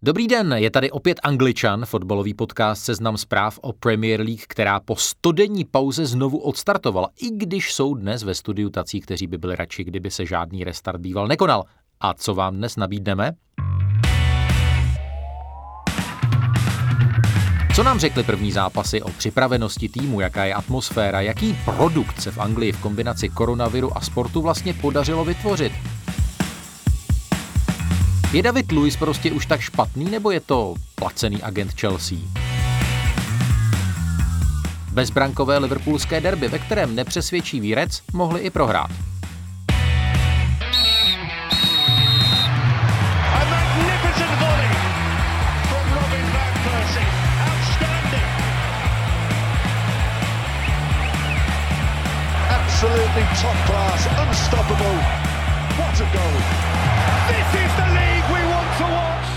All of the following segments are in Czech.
Dobrý den, je tady opět Angličan, fotbalový podcast Seznam zpráv o Premier League, která po 100denní pauze znovu odstartovala, i když jsou dnes ve studiu tací, kteří by byli radši, kdyby se žádný restart býval nekonal. A co vám dnes nabídneme? Co nám řekly první zápasy o připravenosti týmu, jaká je atmosféra, jaký produkt se v Anglii v kombinaci koronaviru a sportu vlastně podařilo vytvořit? Je David Luiz prostě už tak špatný, nebo je to placený agent Chelsea? Bezbrankové liverpoolské derby, ve kterém nepřesvědčivý Reds mohli i prohrát. Absolutely top class, unstoppable. What a goal. This is the league we want to watch.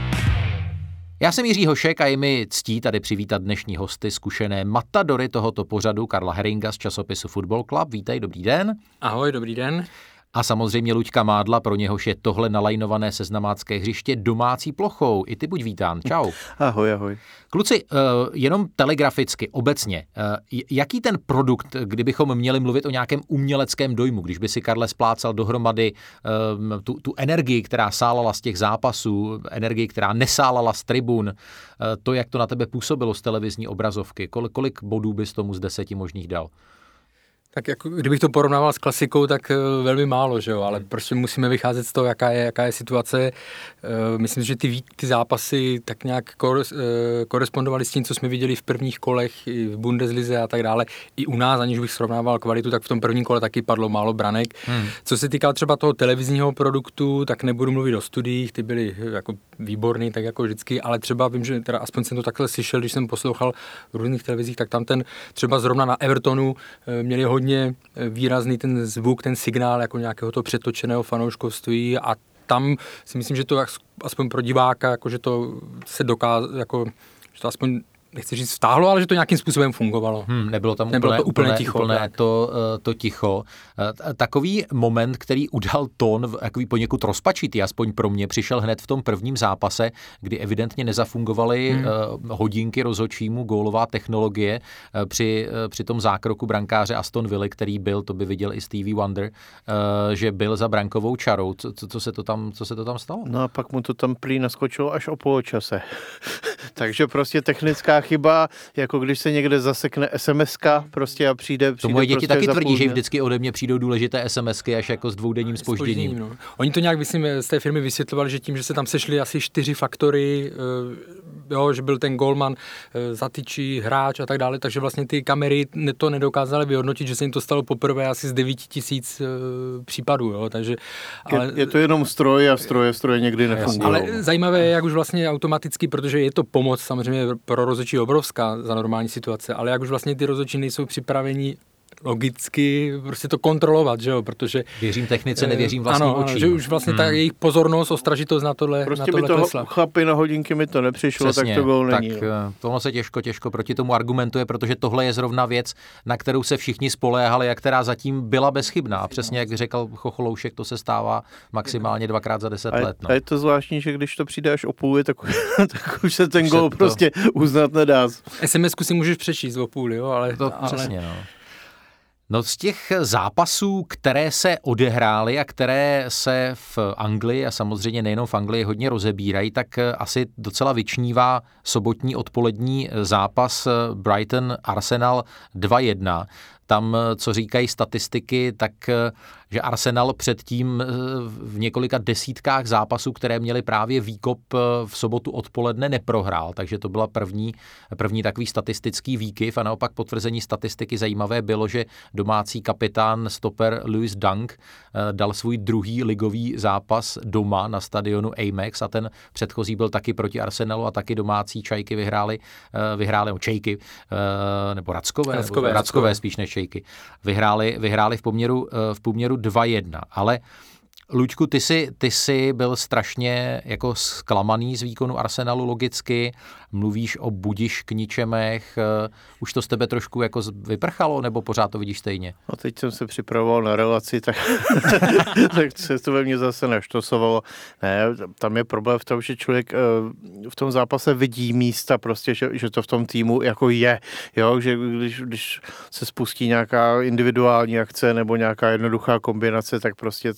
Já jsem Jiří Hošek a je mi ctí tady přivítat dnešní hosty, zkušené matadory tohoto pořadu, Karla Heringa z časopisu Football Club. Vítej, dobrý den. Ahoj, dobrý den. A samozřejmě Luďka Mádla, pro něhož je tohle nalajnované seznamácké hřiště domácí plochou. I ty buď vítán. Čau. Ahoj, ahoj. Kluci, jenom telegraficky, obecně, jaký ten produkt, kdybychom měli mluvit o nějakém uměleckém dojmu, když by si Karle splácal dohromady tu energii, která sálala z těch zápasů, energii, která nesálala z tribun, to, jak to na tebe působilo z televizní obrazovky, kolik bodů bys tomu z 10 možných dal? Tak jako, kdybych to porovnával s klasikou, tak velmi málo, že jo, ale prostě musíme vycházet z toho, jaká je situace. Myslím, že ty zápasy tak nějak korespondovaly s tím, co jsme viděli v prvních kolech i v Bundeslize a tak dále. I u nás, aniž bych srovnával kvalitu, tak v tom prvním kole taky padlo málo branek. Co se týká třeba toho televizního produktu, tak nebudu mluvit o studiích, ty byly jako výborný, tak jako vždycky, ale třeba vím, že teda aspoň jsem to takhle slyšel, když jsem poslouchal v různých televizích, tak tam ten třeba zrovna na Evertonu měli hodně výrazný ten zvuk, ten signál jako nějakého toho přetočeného fanouškovství a tam si myslím, že to aspoň pro diváka, jako že to se dokázalo, jako, že to aspoň nechci říct vtáhlo, ale že to nějakým způsobem fungovalo. Nebylo tam úplně ticho. To ticho. Takový moment, který udal tón, takový poněkud rozpačitý, aspoň pro mě, přišel hned v tom prvním zápase, kdy evidentně nezafungovaly hodinky rozhodčímu, gólová technologie při tom zákroku brankáře Aston Villa, který byl, to by viděl i Stevie Wonder, že byl za brankovou čarou. Co se to tam stalo? No a pak mu to tam prý naskočilo až o poločase. Takže prostě technická chyba, jako když se někde zasekne SMS-ka prostě a přijde to moje děti prostě taky tvrdí, že vždycky ode mě přijdou důležité SMSky až jako s dvoudenním zpožděním. No. Oni to nějak, myslím, z té firmy vysvětlovali, že tím, že se tam sešly asi 4 faktory, že byl ten golman, zatyčí, hráč a tak dále, takže vlastně ty kamery to nedokázaly vyhodnotit, že se jim to stalo poprvé asi z 9 000 případů, jo, takže... Ale... Je to jenom stroj a stroje někdy nefungují. Ale zajímavé je, jak už vlastně automaticky, protože je to pomoc samozřejmě pro rozhodčí obrovská za normální situace, ale jak už vlastně ty rozhodčí nejsou připraveni logicky prostě to kontrolovat, že jo, protože... Věřím technice, nevěřím vlastním očím. Ano, že už vlastně ta jejich pozornost, ostražitost na tohle prostě na mi toho chlapi na hodinky mi to nepřišlo, přesně, tak to gól není. Tak tohle se těžko proti tomu argumentuje, protože tohle je zrovna věc, na kterou se všichni spoléhali a která zatím byla bezchybná. A přesně jak řekl Chocholoušek, to se stává maximálně 2x za 10 let. No. A je to zvláštní, že když to přijde až o půli, tak už se ten gól prostě uznat nedá. SMS-ku si můžeš přečíst o půli, jo, ale... Přesně, no. No z těch zápasů, které se odehrály a které se v Anglii a samozřejmě nejenom v Anglii hodně rozebírají, tak asi docela vyčnívá sobotní odpolední zápas Brighton-Arsenal 2-1. Tam, co říkají statistiky, tak že Arsenal předtím v několika desítkách zápasů, které měly právě výkop v sobotu odpoledne, neprohrál, takže to byla první takový statistický výkyv a naopak potvrzení statistiky zajímavé bylo, že domácí kapitán stoper Lewis Dunk dal svůj druhý ligový zápas doma na stadionu Amex a ten předchozí byl taky proti Arsenalu a taky domácí Čajky vyhráli Čejky, nebo Rackové spíš než Čejky. Vyhráli v poměru 2-1, ale Luďku, ty jsi byl strašně jako zklamaný z výkonu Arsenalu logicky, mluvíš o budiš k ničemech, už to z tebe trošku jako vyprchalo, nebo pořád to vidíš stejně? No teď jsem se připravoval na relaci, tak se to ve mně zase naštosovalo. Ne, tam je problém v tom, že člověk v tom zápase vidí místa prostě, že to v tom týmu jako je, jo, že když se spustí nějaká individuální akce nebo nějaká jednoduchá kombinace, tak prostě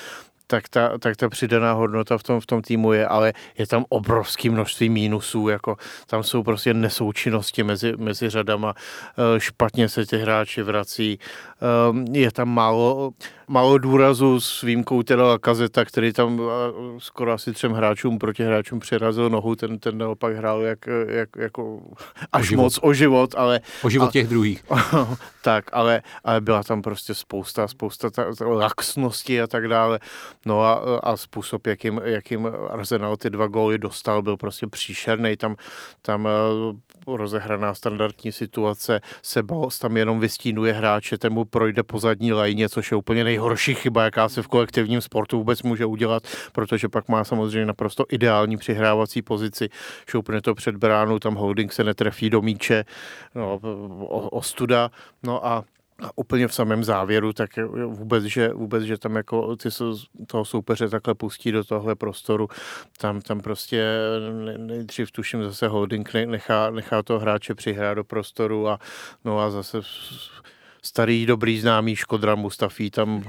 tak ta přidaná hodnota v tom týmu je, ale je tam obrovské množství mínusů, jako tam jsou prostě nesoučinnosti mezi řadama, špatně se těch hráči vrací, je tam málo důrazu s výjimkou teda Lacazeta, který tam skoro asi 3 hráčům, protihráčům přirazil nohu, ten naopak hrál jako až moc o život, ale... O život těch druhých. Tak, ale byla tam prostě spousta laxnosti a tak dále. No a způsob, jakým Arsenal ty 2 góly dostal, byl prostě příšerný. Tam rozehraná standardní situace, Sebals tam jenom vystínuje hráče, ten mu projde po zadní lajně, což je úplně nejhorší chyba, jaká se v kolektivním sportu vůbec může udělat, protože pak má samozřejmě naprosto ideální přihrávací pozici, šoupne to před bránu, tam Holding se netrefí do míče, no, ostuda, no a úplně v samém závěru, tak vůbec, že tam jako toho soupeře takhle pustí do tohle prostoru, tam prostě nejdřív tuším zase Holding nechá toho hráče přihrát do prostoru a zase starý, dobrý známý Škodra Mustafi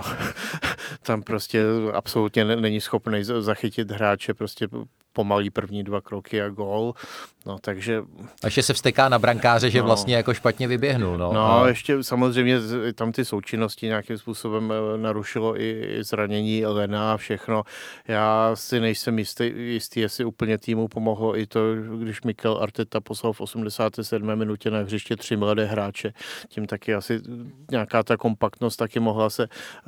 tam prostě absolutně není schopný zachytit hráče, prostě pomalý první 2 kroky a gól. No, takže... A ještě se vzteká na brankáře, že vlastně jako špatně vyběhnul. No, ještě samozřejmě tam ty součinnosti nějakým způsobem narušilo i zranění Lena a všechno. Já si nejsem jistý, jestli úplně týmu pomohlo i to, když Mikel Arteta poslal v 87. minutě na hřiště 3 mladé hráče. Tím taky asi nějaká ta kompaktnost taky mohla se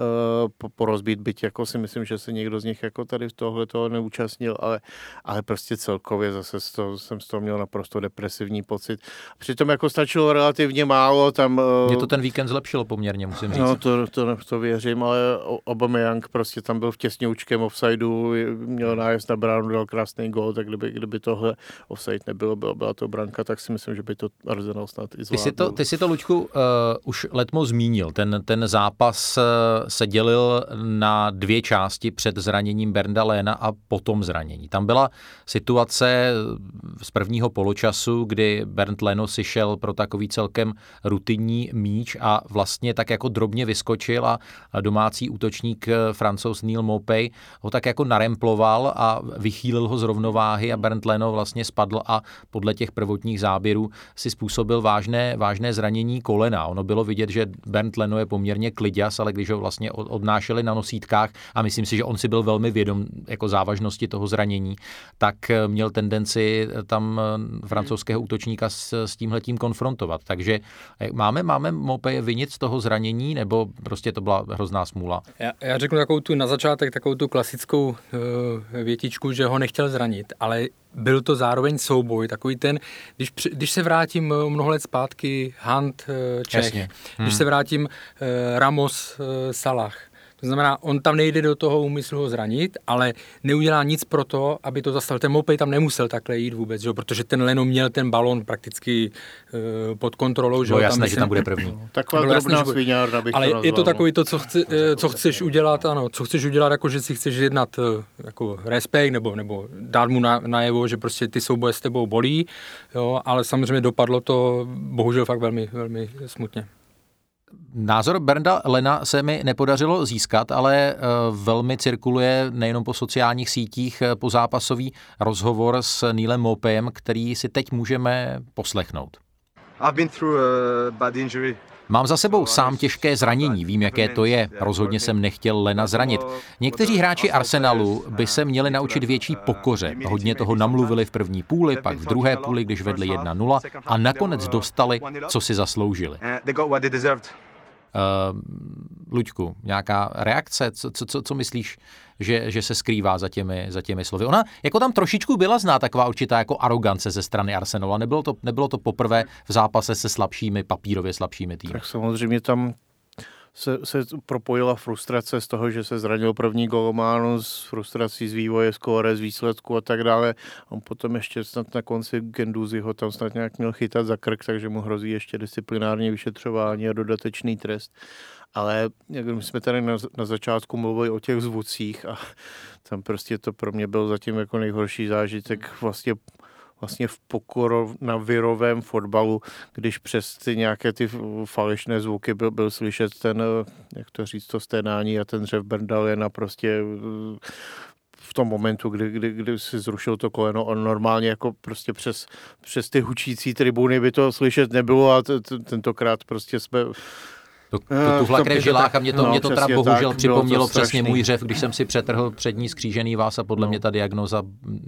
porozbít, byť jako si myslím, že se někdo z nich jako tady tohle toho neúčastnil, ale prostě celkově zase jsem z toho měl naprosto depresivní pocit. Přitom jako stačilo relativně málo tam... Mě to ten víkend zlepšilo poměrně, musím říct. No, to věřím, ale Aubameyang prostě tam byl v těsňoučkém offsideu, měl nájezd na bránu, dal krásný gól, tak kdyby tohle offside nebylo, byla to branka, tak si myslím, že by to Arsenal snad i zvládl. Ty si to, Luďku, už letmo zmínil. Ten zápas se dělil na 2 části před zraněním Bernda Lehna a potom zranění. Tam byla situace z prvního poločasu, kdy Bernd Leno si šel pro takový celkem rutinní míč a vlastně tak jako drobně vyskočil a domácí útočník Francouz Neil Maupay ho tak jako naremploval a vychýlil ho z rovnováhy a Bernd Leno vlastně spadl a podle těch prvotních záběrů si způsobil vážné zranění kolena. Ono bylo vidět, že Bernd Leno je poměrně kliďas, ale když ho vlastně odnášeli na nosítkách a myslím si, že on si byl velmi vědom jako závažnosti toho zranění, tak měl tendenci tam francouzského útočníka s tímhletím konfrontovat. Takže máme Maupaye vinit z toho zranění, nebo prostě to byla hrozná smůla? Já řeknu na začátek takovou tu klasickou větičku, že ho nechtěl zranit, ale byl to zároveň souboj, takový ten, když se vrátím mnoho let zpátky, Hunt, Čech, když se vrátím Ramos, Salah. To znamená, on tam nejde do toho úmyslu ho zranit, ale neudělá nic pro to, aby to zastal. Ten Maupay tam nemusel takhle jít vůbec, že? Protože ten Leno měl ten balón prakticky pod kontrolou. Že? No jasné, že tam bude první. Taková drobná sviňárna bych to nazval. Ale je to takový to, co chceš udělat, ano, co chceš udělat, jako že si chceš jednat jako respekt, nebo dát mu najevo, že prostě ty souboje s tebou bolí, jo, ale samozřejmě dopadlo to bohužel fakt velmi, velmi smutně. Názor Bernda Lena se mi nepodařilo získat, ale velmi cirkuluje nejenom po sociálních sítích pozápasový rozhovor s Neilem Maupayem, který si teď můžeme poslechnout. Mám za sebou sám těžké zranění, vím, jaké to je. Rozhodně jsem nechtěl Lena zranit. Někteří hráči Arsenalu by se měli naučit větší pokoře. Hodně toho namluvili v první půli, pak v druhé půli, když vedli 1-0 a nakonec dostali, co si zasloužili. Luďku, nějaká reakce? Co myslíš, že se skrývá za těmi slovy? Ona jako tam trošičku byla znát taková určitá jako arogance ze strany Arsenalu. Nebylo to poprvé v zápase se papírově slabšími týmy. Tak samozřejmě tam se propojila frustrace z toho, že se zranil první golman, s frustrací z vývoje skóre, z výsledku a tak dále. On potom ještě snad na konci Guendouzi ho tam snad nějak měl chytat za krk, takže mu hrozí ještě disciplinární vyšetřování a dodatečný trest. Ale jak my jsme tady na začátku mluvili o těch zvucích a tam prostě to pro mě byl zatím jako nejhorší zážitek vlastně v pokoronavirovém fotbalu, když přes ty nějaké ty falešné zvuky byl slyšet ten, jak to říct, to sténání a ten dřev Berndalena prostě v tom momentu, kdy si zrušil to koleno, on normálně jako prostě přes ty hučící tribuny by to slyšet nebylo a tentokrát prostě jsme... Tuhla krev v žilách a mě to teda bohužel připomnělo přesně můj řev, když jsem si přetrhl přední skřížený vás a podle mě ta diagnoza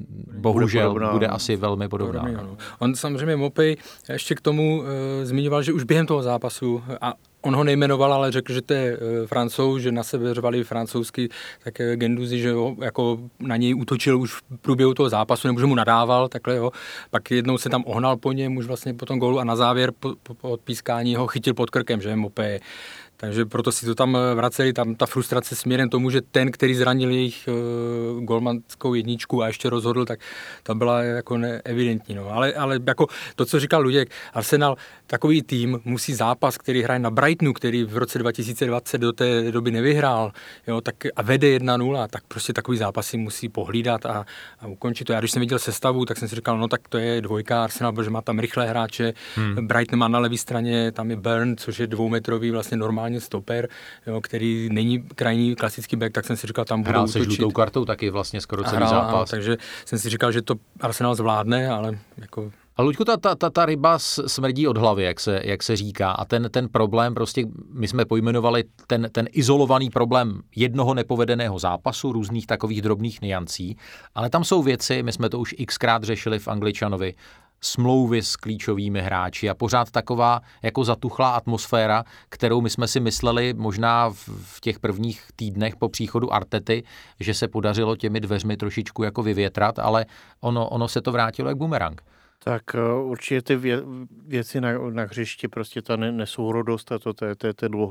bohužel bude asi velmi podobná. On samozřejmě Mopey ještě k tomu zmiňoval, že už během toho zápasu a on ho nejmenoval, ale řekl, že to je Francouz, že na sebe řvali francouzsky, tak Guendouzi, že jako na něj útočil už v průběhu toho zápasu, nebo že mu nadával, takhle jo. Pak jednou se tam ohnal po něm už vlastně po tom gólu a na závěr po odpískání ho chytil pod krkem, že Mopé. Takže proto si to tam vraceli, tam ta frustrace směrem tomu, že ten, který zranil jejich golmanskou jedničku a ještě rozhodl, tak ta byla jako evidentní. No. Ale jako to, co říkal Luděk, Arsenal, takový tým musí zápas, který hraje na Brightonu, který v roce 2020 do té doby nevyhrál, jo, tak a vede 1-0, tak prostě takový zápasy musí pohlídat a ukončit to. Já když jsem viděl sestavu, tak jsem si říkal, no tak to je dvojka Arsenal, protože má tam rychlé hráče, Brighton má na levé straně, tam je Burn, což je 2metrový vlastně normální stoper, jo, který není krajní klasický back, tak jsem si říkal, tam budou útočit. Hrál se žlutou kartou taky vlastně skoro celý zápas. Ano, takže jsem si říkal, že to Arsenal zvládne, ale jako... A Luďku, ta ryba smrdí od hlavy, jak se říká. A ten problém, prostě my jsme pojmenovali ten izolovaný problém jednoho nepovedeného zápasu, různých takových drobných niancí, ale tam jsou věci, my jsme to už xkrát řešili v Angličanovi, smlouvy s klíčovými hráči a pořád taková jako zatuchlá atmosféra, kterou my jsme si mysleli možná v těch prvních týdnech po příchodu Artety, že se podařilo těmi dveřmi trošičku jako vyvětrat, ale ono se to vrátilo jak bumerang. Tak určitě ty věci na hřišti, prostě ta nesourodost a to je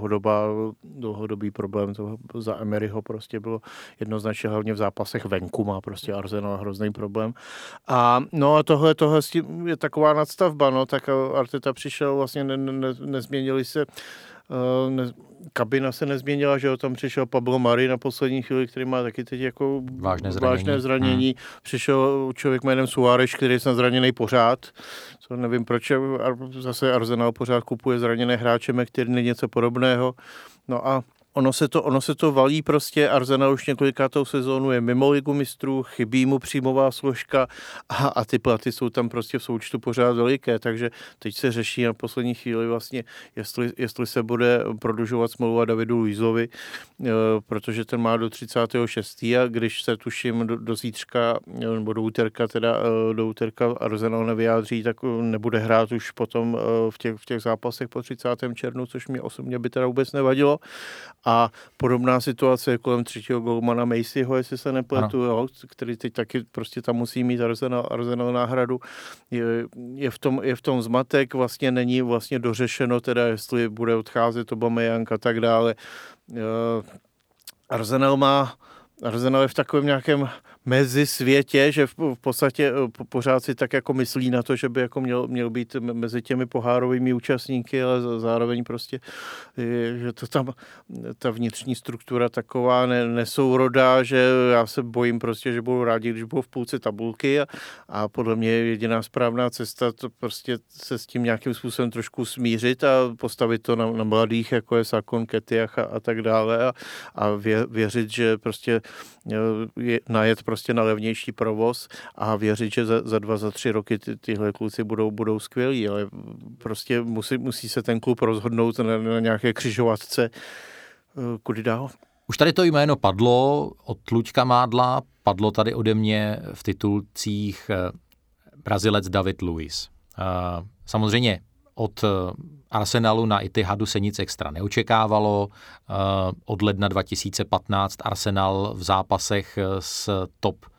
dlouhodobý problém. To za Emeryho prostě bylo jednoznačně, hlavně v zápasech venku má prostě Arsenal hrozný problém. A tohle je taková nadstavba, no, tak Arteta přišel, vlastně nezměnili se kabina se nezměnila, že tam přišel Pablo Mari na poslední chvíli, který má taky teď jako vážné zranění. Přišel člověk jménem Suárez, který je zraněný pořád. Co nevím proč, zase Arsenal pořád kupuje zraněné hráče, který není něco podobného. No a ono se to valí prostě, Arsenal už několikátou sezónu je mimo ligu mistrů, chybí mu příjmová složka a ty platy jsou tam prostě v součtu pořád veliké, takže teď se řeší na poslední chvíli vlastně, jestli se bude prodlužovat smlouva Davidu Luizovi, protože ten má do 36. a když se tuším do zítřka, nebo do úterka Arsenal nevyjádří, tak nebude hrát už potom v těch zápasech po 30. červnu, což mě osobně by teda vůbec nevadilo. A podobná situace je kolem třetího golmana Macyho, jestli se nepletu, jo, který teď taky prostě tam musí mít Arsenal náhradu. Je v tom zmatek, vlastně není vlastně dořešeno, teda jestli bude odcházet Aubameyang a tak dále. Arsenal je v takovém nějakém mezi světě, že v podstatě pořád si tak jako myslí na to, že by jako měl být mezi těmi pohárovými účastníky, ale zároveň prostě, že to tam ta vnitřní struktura taková nesourodá, že já se bojím prostě, že budou rádi, když budou v půlce tabulky a podle mě je jediná správná cesta to prostě se s tím nějakým způsobem trošku smířit a postavit to na mladých, jako je Sakon, Ketiach a tak dále a věřit, že prostě najet prostě na levnější provoz a věřit, že za 2, za 3 roky tyhle kluci budou skvělí, ale prostě musí se ten klub rozhodnout na nějaké křižovatce, kudy dál. Už tady to jméno padlo od Luďka Mádla, padlo tady ode mě v titulcích Brazilec David Luiz. Samozřejmě od Arsenalu na Etihadu se nic extra neočekávalo. Od ledna 2015 Arsenal v zápasech s top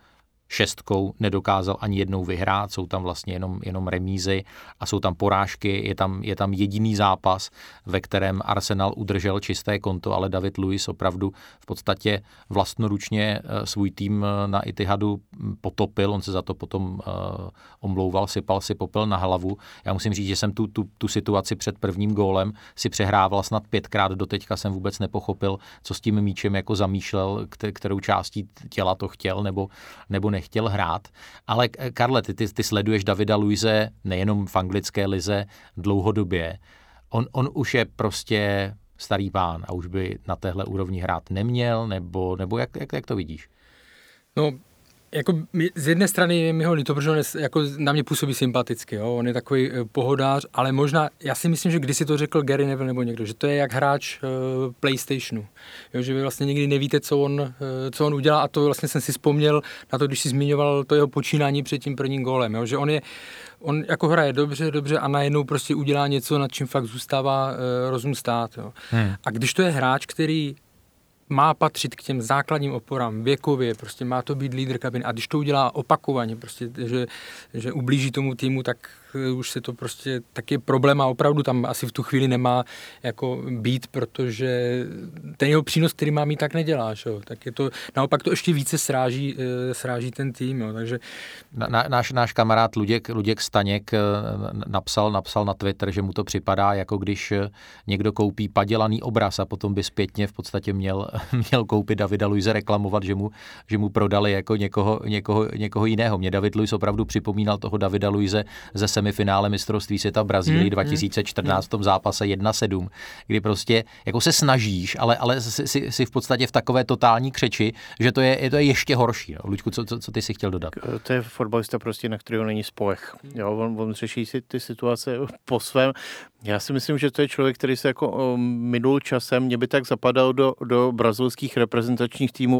šestkou nedokázal ani jednou vyhrát, jsou tam vlastně jenom remízy a jsou tam porážky, je tam jediný zápas, ve kterém Arsenal udržel čisté konto, ale David Luiz opravdu v podstatě vlastnoručně svůj tým na Etihadu potopil, on se za to potom omlouval, sypal si popel na hlavu. Já musím říct, že jsem tu situaci před prvním gólem si přehrával snad 5krát, doteďka jsem vůbec nepochopil, co s tím míčem jako zamýšlel, kterou částí těla to chtěl nebo nechtěl hrát. Ale Karle, ty sleduješ Davida Luize nejenom v anglické lize dlouhodobě. On už je prostě starý pán a už by na téhle úrovni hrát neměl, nebo jak to vidíš? No, jako z jedné strany je mi ho líto, protože on jako na mě působí sympaticky, jo? On je takový pohodář, ale možná, já si myslím, že kdysi to řekl Gary Neville nebo někdo, že to je jak hráč PlayStationu, jo? Že vy vlastně nikdy nevíte, co on udělá, a to vlastně jsem si vzpomněl na to, když si zmiňoval to jeho počínání před tím prvním gólem, jo? Že on jako hraje dobře a najednou prostě udělá něco, nad čím fakt zůstává rozum stát, jo? A když to je hráč, který má patřit k těm základním oporám věkově, prostě má to být lídr kabiny, a když to udělá opakovaně, prostě, že ublíží tomu týmu, tak už se to prostě taky problém a opravdu tam asi v tu chvíli nemá jako být, protože ten jeho přínos, který má mít, tak neděláš, jo. Tak je to, naopak to ještě více sráží ten tým, jo. Takže náš kamarád Luděk Staněk napsal na Twitter, že mu to připadá, jako když někdo koupí padělaný obraz a potom by zpětně v podstatě měl koupit Davida Luize, reklamovat, že mu prodali jako někoho jiného. Mě David Luiz opravdu připomínal toho Davida Luize ze semifinále mistrovství světa v Brazílii 2014 v tom zápase 1-7, kdy prostě jako se snažíš, ale si v podstatě v takové totální křeči, že to je ještě horší. Jo. Luďku, co ty si chtěl dodat? To je fotbalista prostě, na kterého není spoleh. Jo, on řeší si ty situace po svém. Já si myslím, že to je člověk, který se jako minul časem, mě by tak zapadal do brazilských reprezentačních týmů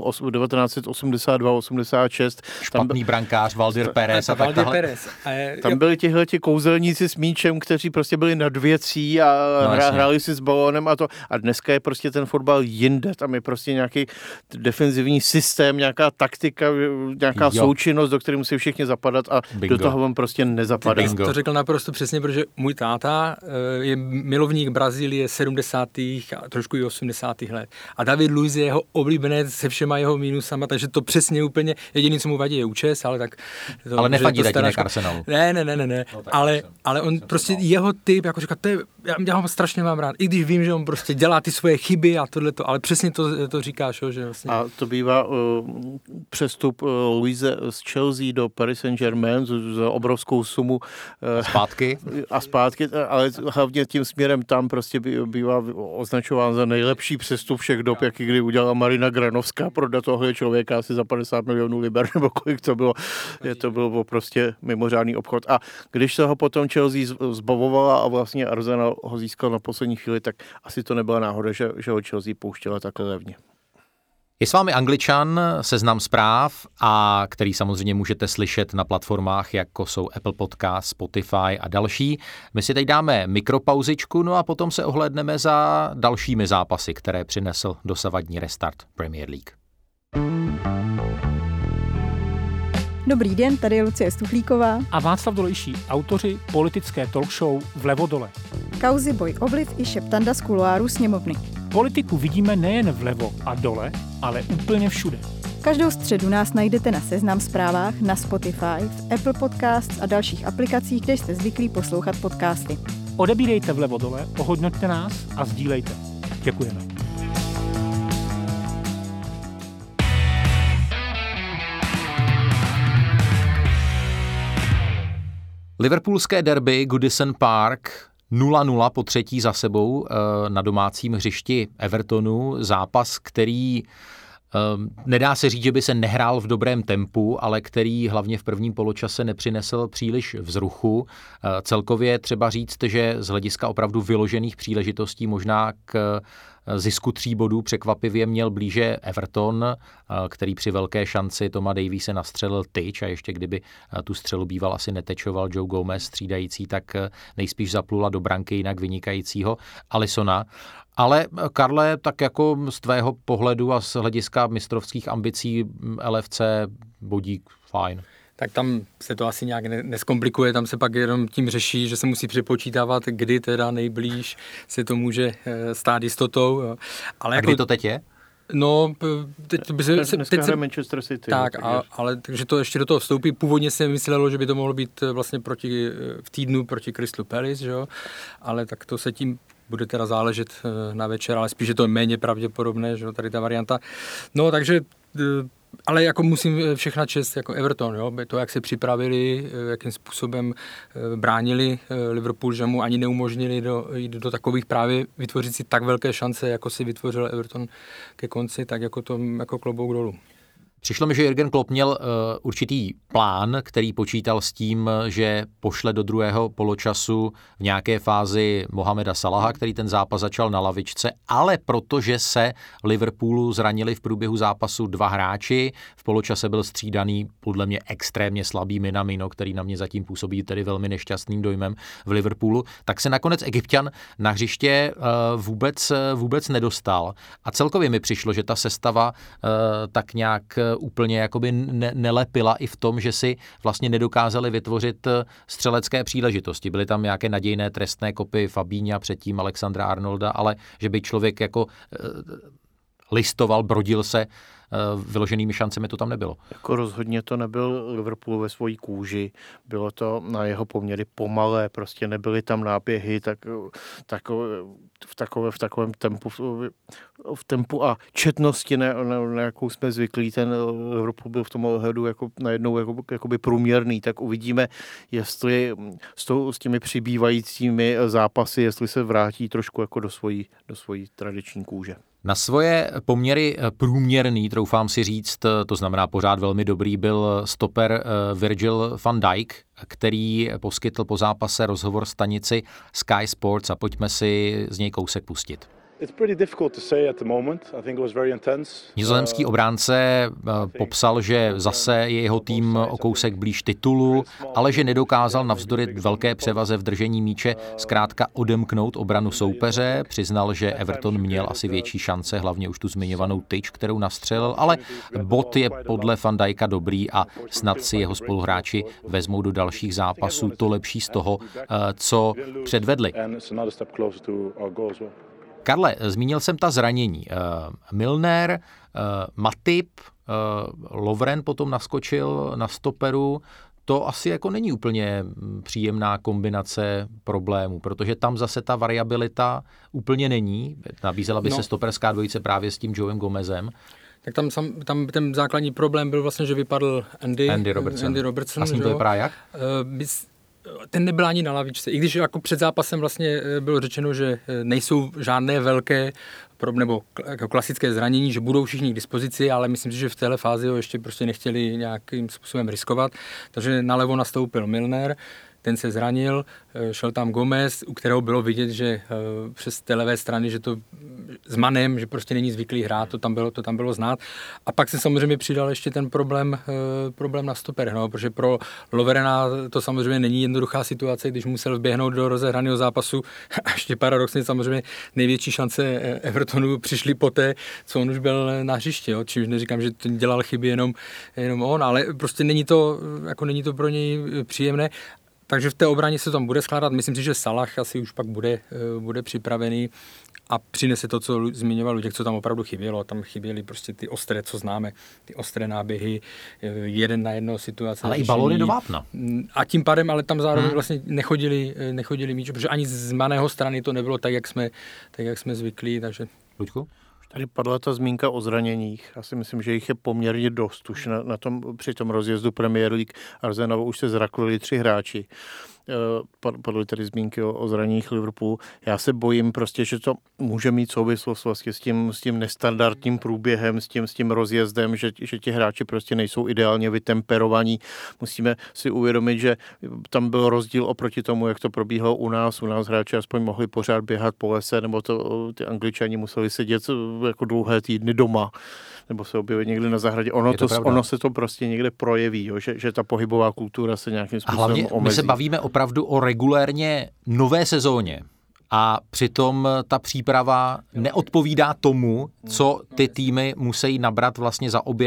1982-86. Špatný brankář, Valdir Pérez a tak dále. Tam byli tihleti kouzelníci s míčem, kteří prostě byli nad věcí a hráli si s balónem a to. A dneska je prostě ten fotbal jinde. Tam je prostě nějaký defenzivní systém, nějaká taktika, nějaká součinnost, do které musí všichni zapadat a do toho on prostě nezapadá. To řekl naprosto přesně, protože můj táta je milovník Brazílie 70. a trošku i 80. let. A David Luiz je jeho oblíbenec se všema jeho mínusama, takže to přesně úplně, jediný, co mu vadí, je účes, ale tak... Ale nefadí tatínek Arsenalu. Ne. Ale on prostě jeho typ, jako říká, já ho strašně mám rád, i když vím, že on prostě dělá ty svoje chyby a tohleto, ale přesně to říkáš, že vlastně... A to bývá přestup Luise z Chelsea do Paris Saint-Germain za obrovskou sumu zpátky, ale hlavně tím směrem tam prostě bývá označován za nejlepší přestup všech dob, jaký kdy udělala Marina Granovská, prodat tohle člověka asi za 50 milionů liber, nebo kolik to bylo. To bylo prostě mimořádný obchod. A když se ho potom Chelsea zbavovala a vlastně Arsenal ho získal na poslední chvíli, tak asi to nebyla náhoda, že ho Chelsea pouštěla takhle levně. Je s vámi Angličan, Seznam zpráv, a který samozřejmě můžete slyšet na platformách, jako jsou Apple Podcast, Spotify a další. My si teď dáme mikropauzičku, no a potom se ohlédneme za dalšími zápasy, které přinesl dosavadní restart Premier League. Dobrý den, tady je Lucie Stuchlíková a Václav Dolejší, autoři politické talk show Vlevo dole. Kauzy, boj, ovliv i šeptanda z kuloáru sněmovny. Politiku vidíme nejen vlevo a dole, ale úplně všude. Každou středu nás najdete na Seznam zprávách, na Spotify, v Apple Podcasts a dalších aplikacích, kde jste zvyklí poslouchat podcasty. Odebírejte Vlevo dole, ohodnoťte nás a sdílejte. Děkujeme. Liverpoolské derby Goodison Park 0-0 po třetí za sebou na domácím hřišti Evertonu. Zápas, který nedá se říct, že by se nehrál v dobrém tempu, ale který hlavně v prvním poločase nepřinesl příliš vzruchu. Celkově třeba říct, že z hlediska opravdu vyložených příležitostí možná k zisku 3 bodů překvapivě měl blíže Everton, který při velké šanci Toma Daviese nastřelil tyč, a ještě kdyby tu střelu býval asi netečoval Joe Gomez střídající, tak nejspíš zaplula do branky jinak vynikajícího Alissona. Ale Karle, tak jako z tvého pohledu a z hlediska mistrovských ambicí LFC bodík Fajn. Tak tam se to asi nějak neskomplikuje, tam se pak jenom tím řeší, že se musí přepočítávat, kdy teda nejblíž se to může stát jistotou. Jo. Ale a kdy to teď je? No, teď se Manchester City. Tak, ale takže to ještě do toho vstoupí. Původně se myslelo, že by to mohlo být vlastně v týdnu proti Crystal Palace, že jo? Ale tak to se tím bude teda záležet na večer, ale spíš je to méně pravděpodobné, že jo, tady ta varianta. No, takže ale jako musím všechna čest jako Everton, jo? To, jak se připravili, jakým způsobem bránili Liverpool, že mu ani neumožnili jít do takových právě vytvořit si tak velké šance, jako si vytvořil Everton ke konci, tak jako to jako klobouk dolů. Přišlo mi, že Jürgen Klopp měl určitý plán, který počítal s tím, že pošle do druhého poločasu v nějaké fázi Mohameda Salaha, který ten zápas začal na lavičce, ale protože se Liverpoolu zranili v průběhu zápasu 2 hráči, v poločase byl střídaný podle mě extrémně slabý Minamino, který na mě zatím působí tedy velmi nešťastným dojmem v Liverpoolu, tak se nakonec Egypťan na hřiště vůbec nedostal. A celkově mi přišlo, že ta sestava tak nějak úplně jakoby nelepila i v tom, že si vlastně nedokázali vytvořit střelecké příležitosti. Byly tam nějaké nadějné trestné kopy Fabíňa, předtím Alexandra Arnolda, ale že by člověk jako listoval, brodil se vyloženými šancemi, to tam nebylo. Jako rozhodně to nebyl Liverpool ve svojí kůži, bylo to na jeho poměry pomalé, prostě nebyly tam náběhy, v takovém tempu a četnosti, na jakou jsme zvyklí, ten Liverpool byl v tom ohledu jako najednou jakoby průměrný, tak uvidíme, jestli s těmi přibývajícími zápasy, jestli se vrátí trošku jako do svojí tradiční kůže. Na svoje poměry průměrný, troufám si říct, to znamená pořád velmi dobrý, byl stoper Virgil van Dijk, který poskytl po zápase rozhovor stanici Sky Sports a pojďme si z něj kousek pustit. Nizozemský obránce popsal, že zase je jeho tým o kousek blíž titulu, ale že nedokázal navzdory velké převaze v držení míče zkrátka odemknout obranu soupeře. Přiznal, že Everton měl asi větší šance, hlavně už tu zmiňovanou tyč, kterou nastřelil, ale bod je podle Van Dijka dobrý a snad si jeho spoluhráči vezmou do dalších zápasů to lepší z toho, co předvedli. Karle, zmínil jsem ta zranění. Milner, Matip, Lovren potom naskočil na stoperu. To asi jako není úplně příjemná kombinace problémů, protože tam zase ta variabilita úplně není. Nabízela by se stoperská dvojice právě s tím Joeem Gomezem. Tak tam ten základní problém byl vlastně, že vypadl Andy Robertson. A s ním to vypadá jak? Ten nebyl ani na lavičce, i když jako před zápasem vlastně bylo řečeno, že nejsou žádné velké nebo jako klasické zranění, že budou všichni k dispozici, ale myslím si, že v téhle fázi ho ještě prostě nechtěli nějakým způsobem riskovat, takže nalevo nastoupil Milner, ten se zranil, šel tam Gomez, u kterého bylo vidět, že přes té levé strany, že to s Manem, že prostě není zvyklý hrát, to tam bylo znát. A pak se samozřejmě přidal ještě ten problém na stoperech, no, protože pro Lovrena to samozřejmě není jednoduchá situace, když musel vběhnout do rozehraného zápasu. A ještě paradoxně samozřejmě největší šance Evertonu přišly poté, co on už byl na hřišti, jo. Čímž neříkám, že to dělal chyby jenom on, ale prostě není to pro něj příjemné. Takže v té obraně se tam bude skládat. Myslím si, že Salah asi už pak bude připravený a přinese to, co zmiňoval Luděk, co tam opravdu chybělo. Tam chyběly prostě ty ostré, co známe, ty ostré náběhy, 1 na 1 situace. Ale i balony do vápna. A tím pádem, ale tam zároveň vlastně nechodili míč, protože ani z Maného strany to nebylo tak, jak jsme zvyklí. Takže... Luďku? Tady padla ta zmínka o zraněních. Já si myslím, že jich je poměrně dost. Už při tom rozjezdu Premier League Arsenalu už se zraklili 3 hráči. Padly tady zmínky o zraněních Liverpoolu. Já se bojím prostě, že to může mít souvislost vlastně s tím nestandardním průběhem, s tím rozjezdem, že ti hráči prostě nejsou ideálně vytemperovaní. Musíme si uvědomit, že tam byl rozdíl oproti tomu, jak to probíhalo u nás. U nás hráči aspoň mohli pořád běhat po lese, nebo ty Angličani museli sedět jako dlouhé týdny doma, nebo se objevit někde na zahradě. Ono se to prostě někde projeví, jo, že ta pohybová kultura se nějakým způsobem omezí. A hlavně my se bavíme opravdu o regulérně nové sezóně a přitom ta příprava neodpovídá tomu, co ty týmy musí nabrat vlastně za objem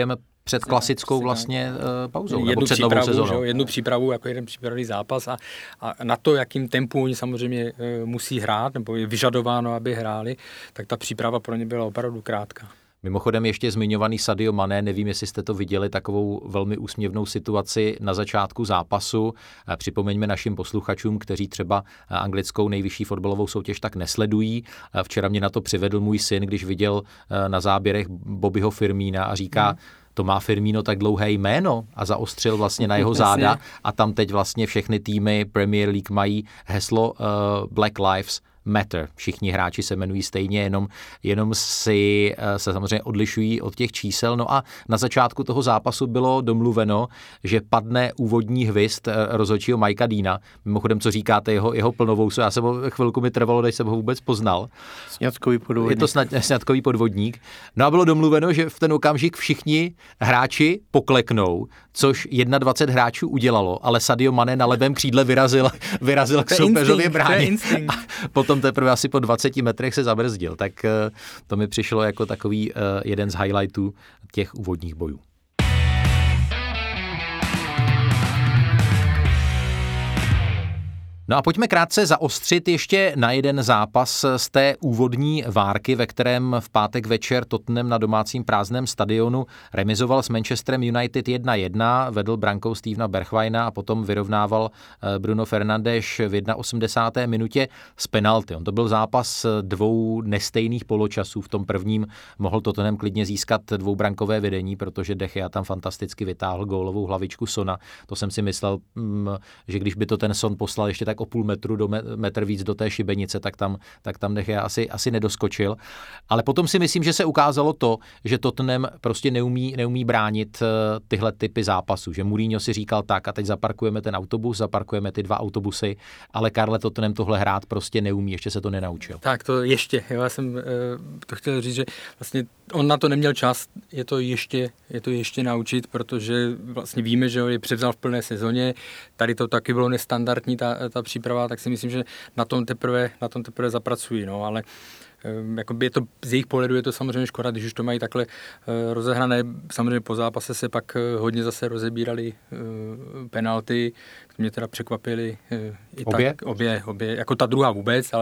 před klasickou vlastně pauzou, jednu před novou sezónou. Jednu přípravu, jako jeden přípravný zápas a na to, jakým tempu oni samozřejmě musí hrát, nebo je vyžadováno, aby hráli, tak ta příprava pro ně byla opravdu krátká. Mimochodem ještě zmiňovaný Sadio Mané, nevím, jestli jste to viděli, takovou velmi úsměvnou situaci na začátku zápasu. Připomeňme našim posluchačům, kteří třeba anglickou nejvyšší fotbalovou soutěž tak nesledují. Včera mě na to přivedl můj syn, když viděl na záběrech Bobbyho Firmína a říká, to má Firmino tak dlouhé jméno a zaostřil vlastně na jeho záda a tam teď vlastně všechny týmy Premier League mají heslo Black Lives Matter. Všichni hráči se jmenují stejně, jenom si se samozřejmě odlišují od těch čísel. No a na začátku toho zápasu bylo domluveno, že padne úvodní hvist rozhodčího Mikea Deana. Mimochodem, co říkáte, jeho plnovousu, já jsem chvilku mi trvalo, než jsem ho vůbec poznal. Sňatkový podvodník. Je to sňatkový podvodník. No a bylo domluveno, že v ten okamžik všichni hráči pokleknou, což 21 hráčů udělalo, ale Sadio Mané na levém křídle vyrazil k soupeřově bráně. Potom teprve asi po 20 metrech se zabrzdil. Tak to mi přišlo jako takový jeden z highlightů těch úvodních bojů. No a pojďme krátce zaostřit ještě na jeden zápas z té úvodní várky, ve kterém v pátek večer Tottenham na domácím prázdném stadionu remizoval s Manchesterem United 1-1, vedl brankou Stevena Bergwijna a potom vyrovnával Bruno Fernandes v 81. minutě z penalty. On to byl zápas dvou nestejných poločasů. V tom prvním mohl Tottenham klidně získat dvoubrankové vedení, protože De Gea tam fantasticky vytáhl gólovou hlavičku Sona. To jsem si myslel, že když by to ten Son poslal ještě tak o půl metru do metr víc do té šibenice, tak tam De Gea asi nedoskočil. Ale potom si myslím, že se ukázalo to, že Tottenham prostě neumí bránit tyhle typy zápasů. Že Mourinho si říkal tak a teď zaparkujeme ten autobus, zaparkujeme ty dva autobusy, ale Karle Tottenham tohle hrát prostě neumí, ještě se to nenaučil. Tak to ještě, já jsem to chtěl říct, že vlastně on na to neměl čas, je to ještě naučit, protože vlastně víme, že ho je převzal v plné sezóně, tady to taky bylo nestandardní, ta příprava, tak si myslím, že na tom teprve zapracují, no, ale jakoby je to, z jejich pohledu je to samozřejmě škoda, když už to mají takhle rozehrané. Samozřejmě po zápase se pak hodně zase rozebírali penalty, které mě teda překvapily. Obě, jako ta druhá vůbec,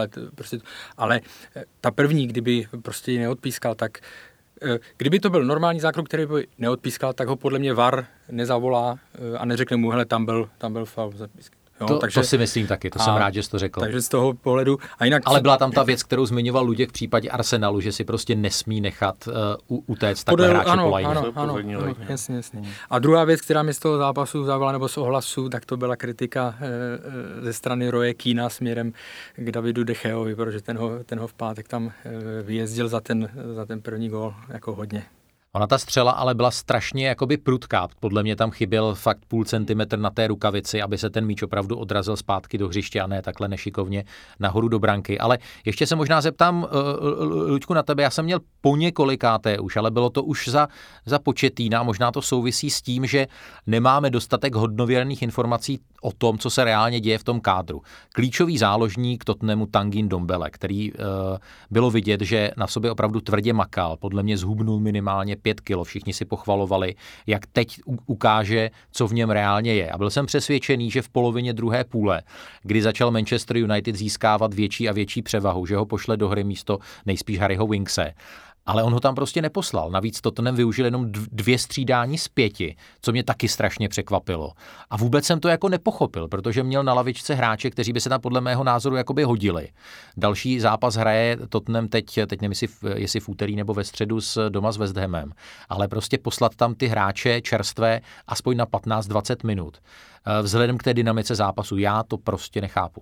ale ta první, kdyby prostě ji neodpískal, tak kdyby to byl normální zákrok, který by neodpískal, tak ho podle mě VAR nezavolá a neřekne mu, hele, tam byl faul. Jo, to si myslím taky, to jsem rád, že jsi to řekl. Takže z toho pohledu... Ale byla tam ta věc, kterou zmiňoval Luděk v případě Arsenalu, že si prostě nesmí nechat utéct takhle hráče po lajně. Ano, jasně. A druhá věc, která mi z toho zápasu vzala, nebo z ohlasu, tak to byla kritika ze strany Roye Keana směrem k Davidu De Geovi, protože ten ho v pátek tam vyjezdil za ten první gól jako hodně. Ona ta střela ale byla strašně jakoby prudká. Podle mě tam chyběl fakt půl centimetr na té rukavici, aby se ten míč opravdu odrazil zpátky do hřiště a ne takhle nešikovně nahoru do branky. Ale ještě se možná zeptám, Luďku, na tebe. Já jsem měl po několikáté už, ale bylo to už za Pochettina. Možná to souvisí s tím, že nemáme dostatek hodnověrných informací o tom, co se reálně děje v tom kádru. Klíčový záložník Tottenhamu Tanguy Ndombele, který bylo vidět, že na sobě opravdu tvrdě makal, podle mě zhubnul minimálně 5 kilo. Všichni si pochvalovali, jak teď ukáže, co v něm reálně je. A byl jsem přesvědčený, že v polovině druhé půle, kdy začal Manchester United získávat větší a větší převahu, že ho pošle do hry místo nejspíš Harryho Winkse. Ale on ho tam prostě neposlal. Navíc Tottenham využil jenom 2 střídání z 5, co mě taky strašně překvapilo. A vůbec jsem to jako nepochopil, protože měl na lavičce hráče, kteří by se tam podle mého názoru jakoby hodili. Další zápas hraje Tottenham teď nevím, jestli v úterý nebo ve středu doma s West Hamem. Ale prostě poslat tam ty hráče čerstvé aspoň na 15-20 minut. Vzhledem k té dynamice zápasu, já to prostě nechápu.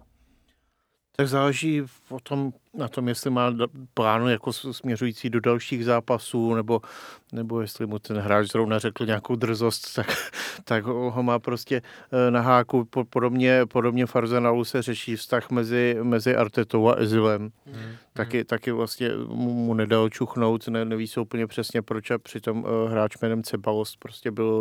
Tak záleží na tom, jestli má plánu jako směřující do dalších zápasů, nebo jestli mu ten hráč zrovna řekl nějakou drzost, tak ho má prostě na háku. Podobně v Arsenalu se řeší vztah mezi Artetou a Özilem. Taky vlastně mu nedal čuchnout, neví se úplně přesně proč, a přitom hráč jménem Ceballos prostě byl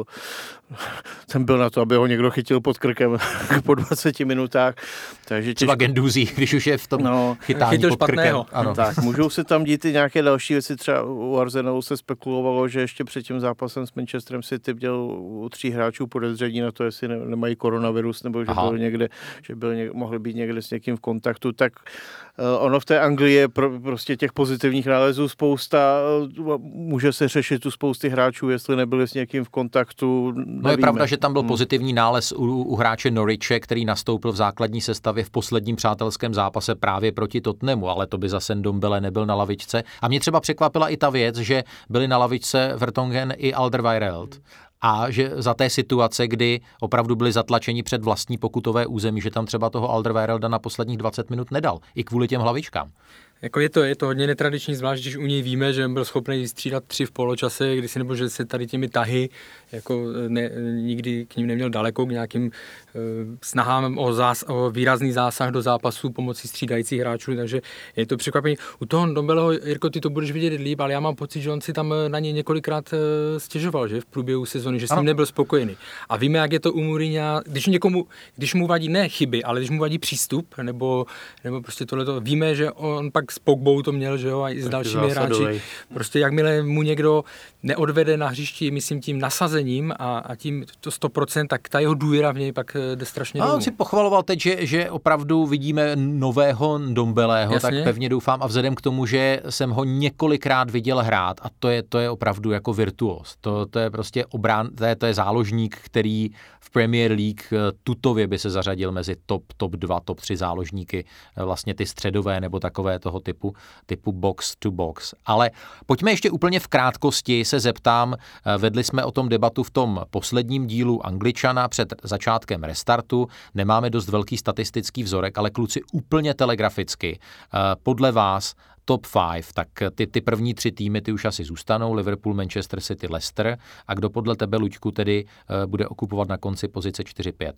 na to, aby ho někdo chytil pod krkem po 20 minutách. Takže třeba Gendouzi, když už je v tom chytání pod špatného. Ano. Tak, můžou se tam dít i nějaké další věci, třeba u Arsenalu se spekulovalo, že ještě před tím zápasem s Manchesterem City měl u 3 hráčů podezření na to, jestli nemají koronavirus, nebo že byl někde, mohli být někde s někým v kontaktu, tak ono v té Anglii je prostě těch pozitivních nálezů spousta, může se řešit u spousty hráčů, jestli nebyli s někým v kontaktu, nevíme. No je pravda, že tam byl pozitivní nález u hráče Norwiche, který nastoupil v základní sestavě v posledním přátelském zápase právě proti Tottenhamu, ale to by zase Ndombele nebyl na lavičce. A mě třeba překvapila i ta věc, že byli na lavičce Vertonghen i Alderweireld. A že za té situace, kdy opravdu byli zatlačeni před vlastní pokutové území, že tam třeba toho Alderweirelda na posledních 20 minut nedal. I kvůli těm hlavičkám. Jako je to hodně netradiční, zvlášť když u něj víme, že byl schopný střídat 3 v poločase, nebo že se tady těmi tahy jako nikdy k ním neměl daleko, k nějakým snahám o výrazný zásah do zápasu pomocí střídajících hráčů, takže je to překvapení. U toho Ndombeleho, Jirko, ty to budeš vidět líp, ale já mám pocit, že on si tam na něj několikrát stěžoval, že v průběhu sezony, že s ním nebyl spokojený. A víme, jak je to u Mourinha, když mu vadí ne chyby, ale když mu vadí přístup, nebo prostě tohleto, víme, že on pak s Pogbou to měl, že jo, a i s dalšími hráči. Prostě jakmile mu někdo neodvede na hřišti, myslím tím nasazením a tím to 100%, tak ta jeho důvěra v něj pak jde strašně dolů. A on si pochvaloval teď, že opravdu vidíme nového Ndombeleho, tak pevně doufám a vzhledem k tomu, že jsem ho několikrát viděl hrát a to je opravdu jako virtuos. To je prostě to je záložník, který v Premier League tutově by se zařadil mezi top 2, top 3 záložníky, vlastně ty středové nebo takové toho typu box to box. Ale pojďme ještě úplně v krátkosti se zeptám, vedli jsme o tom debatu v tom posledním dílu Angličana před začátkem restartu, nemáme dost velký statistický vzorek, ale kluci úplně telegraficky, podle vás top 5, tak ty první 3 týmy, ty už asi zůstanou, Liverpool, Manchester City, Leicester, a kdo podle tebe, Luďku, tedy bude okupovat na konci pozice 4-5?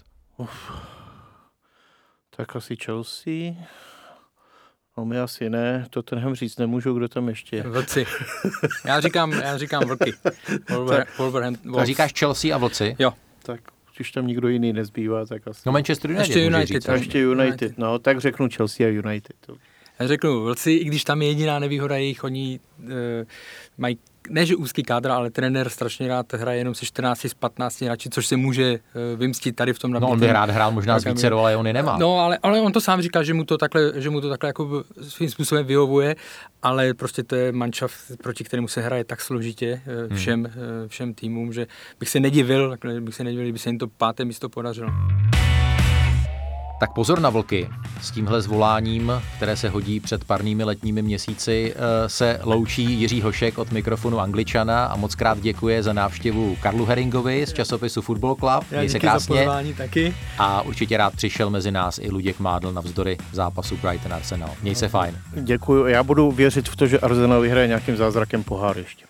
Tak asi Chelsea. No my asi ne, Tottenham říct nemůžu, kdo tam ještě je. Vlci. Já říkám vlky. A říkáš Chelsea a vlci? Jo. Tak když tam nikdo jiný nezbývá, tak asi. No Manchester United. Ještě United, no, tak řeknu Chelsea a United. Já řeknu vlci, i když tam je jediná nevýhoda jejich, oni mají ne, že úzký kádr, ale trenér strašně rád hraje jenom se 14 z 15 hráči, což se může vymstit tady v tom nabitém. No on by rád hrál možná s vícero, ale on je nemá. No ale on to sám říká, že mu to takhle jako svým způsobem vyhovuje, ale prostě to je manšaft, proti kterému se hraje tak složitě všem týmům, že bych se nedivil, kdyby se jim to 5. místo podařilo. Tak pozor na vlky. S tímhle zvoláním, které se hodí před parnými letními měsíci, se loučí Jiří Hošek od mikrofonu Angličana a moc krát děkuje za návštěvu Karlu Heringovi z časopisu Football Club. Měj se krásně. Taky. A určitě rád přišel mezi nás i Luděk Mádl navzdory zápasu Brighton Arsenal. Měj se fajn. Děkuju. Já budu věřit v to, že Arsenal vyhraje nějakým zázrakem pohár ještě.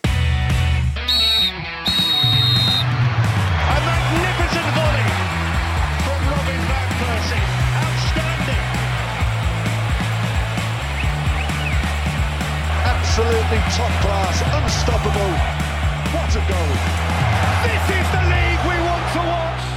Absolutely top class, unstoppable. What a goal. This is the league we want to watch.